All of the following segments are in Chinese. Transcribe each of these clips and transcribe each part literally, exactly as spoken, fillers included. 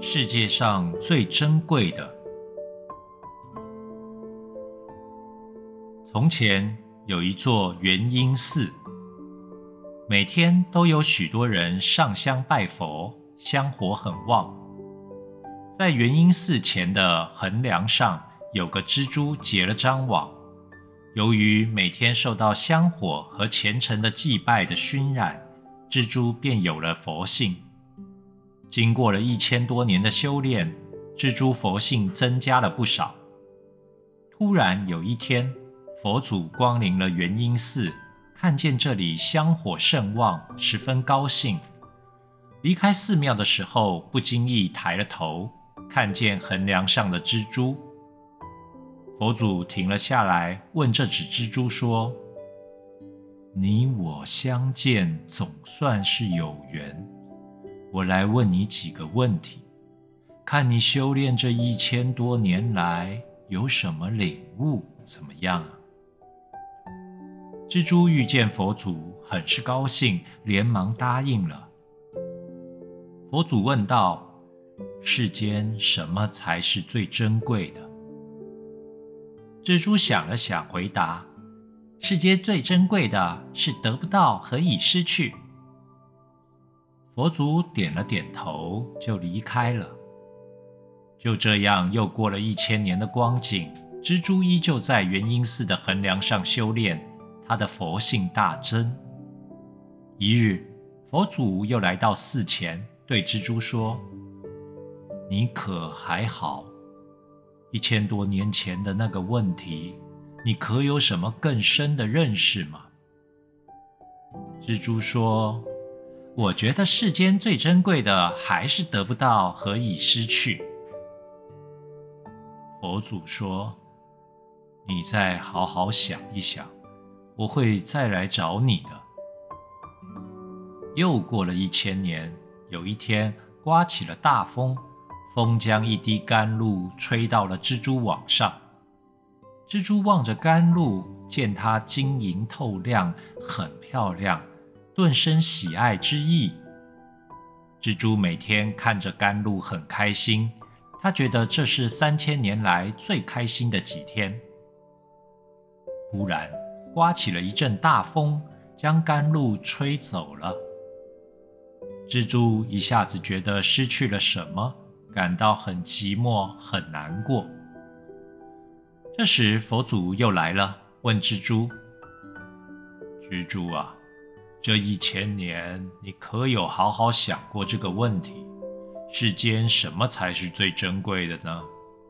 世界上最珍贵的。从前有一座元婴寺，每天都有许多人上香拜佛，香火很旺。在元婴寺前的横梁上有个蜘蛛结了张网，由于每天受到香火和虔诚的祭拜的熏染，蜘蛛便有了佛性。经过了一千多年的修炼，蜘蛛佛性增加了不少。突然有一天，佛祖光临了元婴寺，看见这里香火甚旺，十分高兴。离开寺庙的时候，不经意抬了头，看见横梁上的蜘蛛。佛祖停了下来，问这只蜘蛛说：你我相见，总算是有缘。我来问你几个问题，看你修炼这一千多年来有什么领悟，怎么样啊？蜘蛛遇见佛祖，很是高兴，连忙答应了。佛祖问道：世间什么才是最珍贵的？蜘蛛想了想，回答：世间最珍贵的是得不到和已失去。佛祖点了点头，就离开了。就这样，又过了一千年的光景，蜘蛛依旧在元婴寺的横梁上修炼，他的佛性大增。一日，佛祖又来到寺前，对蜘蛛说：你可还好？一千多年前的那个问题，你可有什么更深的认识吗？蜘蛛说：我觉得世间最珍贵的还是得不到和已失去。佛祖说：你再好好想一想，我会再来找你的。又过了一千年，有一天刮起了大风，风将一滴甘露吹到了蜘蛛网上。蜘蛛望着甘露，见它晶莹透亮，很漂亮，顿生喜爱之意。蜘蛛每天看着甘露很开心，他觉得这是三千年来最开心的几天。忽然刮起了一阵大风，将甘露吹走了。蜘蛛一下子觉得失去了什么，感到很寂寞，很难过。这时佛祖又来了，问蜘蛛：蜘蛛啊，这一千年你可有好好想过这个问题？世间什么才是最珍贵的呢？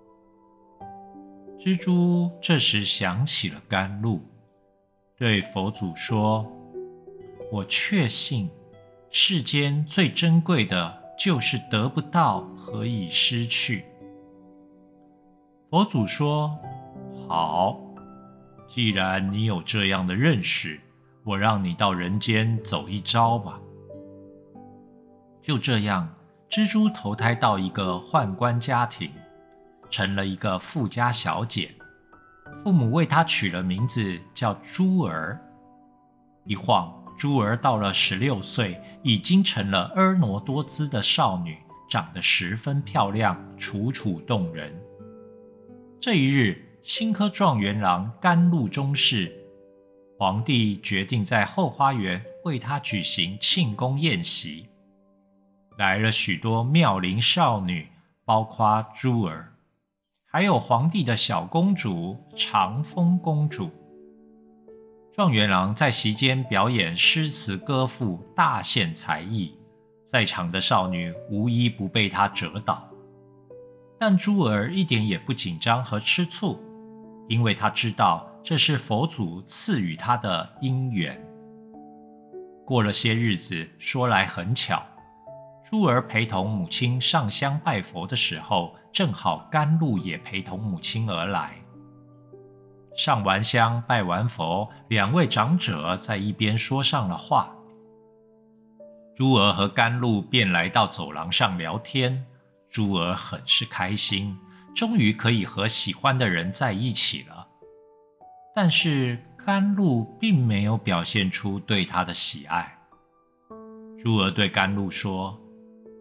蜘蛛这时想起了甘露，对佛祖说：我确信世间最珍贵的就是得不到和已失去。佛祖说：好，既然你有这样的认识，我让你到人间走一遭吧。就这样，蜘蛛投胎到一个宦官家庭，成了一个富家小姐。父母为她取了名字叫珠儿。一晃，珠儿到了十六岁，已经成了婀娜多姿的少女，长得十分漂亮，楚楚动人。这一日，新科状元郎甘露中逝，皇帝决定在后花园为他举行庆功宴席。来了许多妙龄少女，包括珠儿，还有皇帝的小公主长风公主。状元郎在席间表演诗词歌赋，大献才艺，在场的少女无一不被他折倒。但珠儿一点也不紧张和吃醋，因为她知道这是佛祖赐予她的因缘。过了些日子，说来很巧，珠儿陪同母亲上香拜佛的时候，正好甘露也陪同母亲而来。上完香拜完佛，两位长者在一边说上了话。珠儿和甘露便来到走廊上聊天，珠儿很是开心，终于可以和喜欢的人在一起了。但是甘露并没有表现出对他的喜爱。珠儿对甘露说：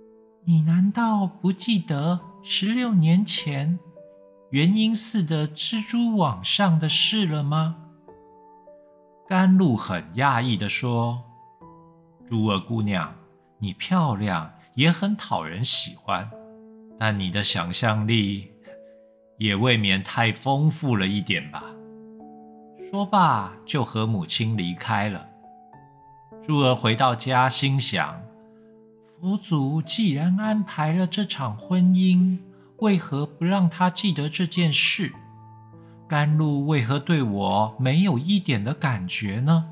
你难道不记得十六年前元婴寺的蜘蛛网上的事了吗？”甘露很讶异地说：“珠儿姑娘，你漂亮，也很讨人喜欢，但你的想象力也未免太丰富了一点吧。”说罢就和母亲离开了。珠儿回到家心想，佛祖既然安排了这场婚姻，为何不让他记得这件事？甘露为何对我没有一点的感觉呢？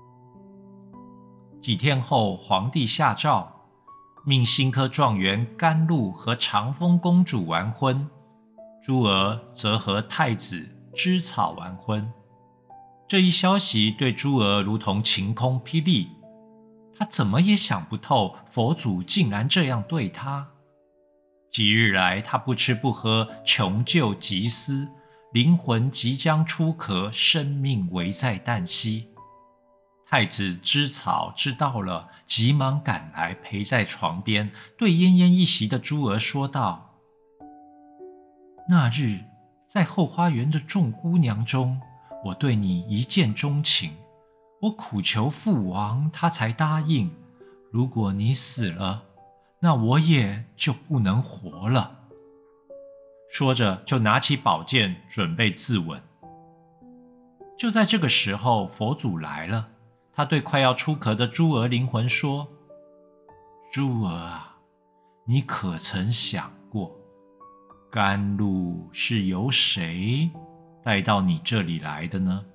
几天后，皇帝下诏，命新科状元甘露和长风公主完婚，珠儿则和太子芝草完婚。这一消息对珠儿如同晴空霹雳，她怎么也想不透佛祖竟然这样对她。几日来，她不吃不喝，穷究极思，灵魂即将出壳，生命危在旦夕。太子芝草知道了，急忙赶来，陪在床边，对奄奄一息的珠儿说道：“那日在后花园的众姑娘中，我对你一见钟情，我苦求父王，他才答应。如果你死了，那我也就不能活了。”说着就拿起宝剑准备自刎。就在这个时候，佛祖来了，他对快要出壳的珠儿灵魂说：“珠儿啊，你可曾想过，甘露是由谁带到你这里来的呢？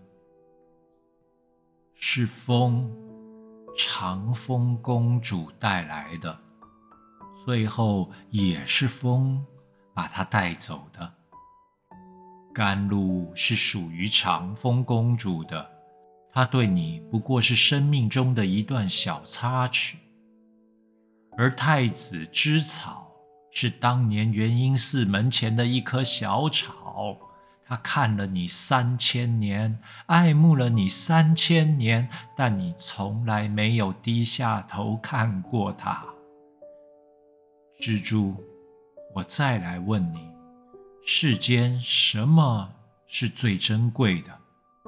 是风，长风公主带来的，最后也是风把她带走的。甘露是属于长风公主的，她对你不过是生命中的一段小插曲。而太子芝草是当年元婴寺门前的一棵小草，他看了你三千年，爱慕了你三千年，但你从来没有低下头看过他。蜘蛛，我再来问你，世间什么是最珍贵的？”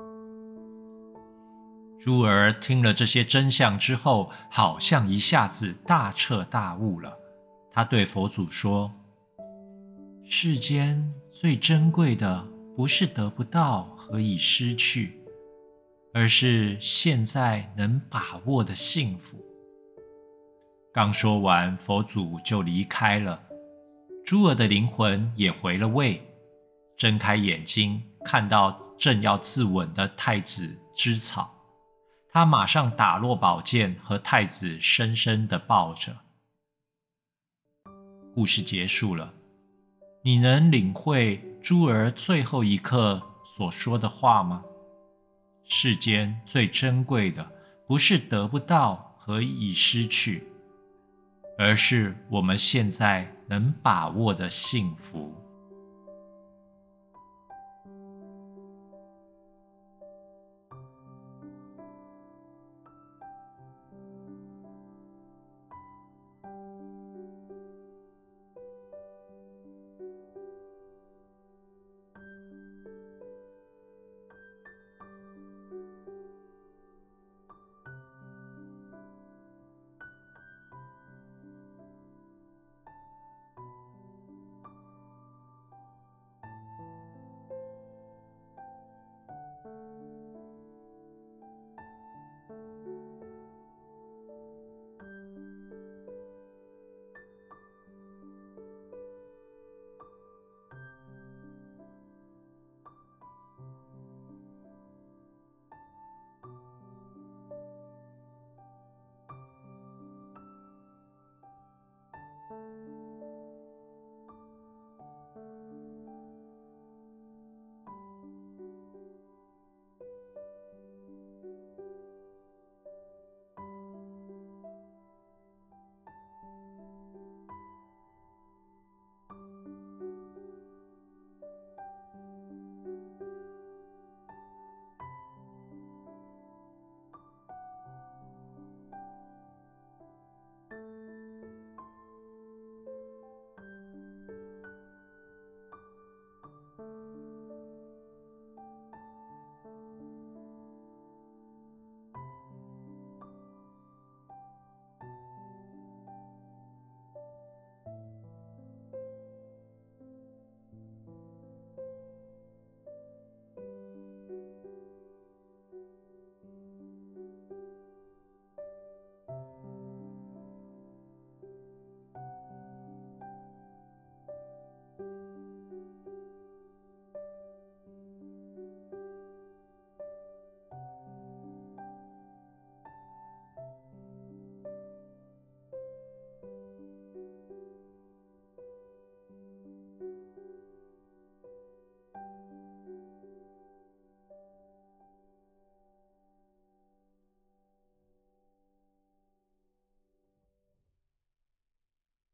珠儿听了这些真相之后，好像一下子大彻大悟了。他对佛祖说：“世间最珍贵的不是得不到和已失去，而是现在能把握的幸福。”刚说完，佛祖就离开了。珠儿的灵魂也回了位，睁开眼睛，看到正要自刎的太子芝草，他马上打落宝剑，和太子深深地抱着。故事结束了，你能领会珠儿最后一刻所说的话吗？世间最珍贵的不是得不到和已失去，而是我们现在能把握的幸福。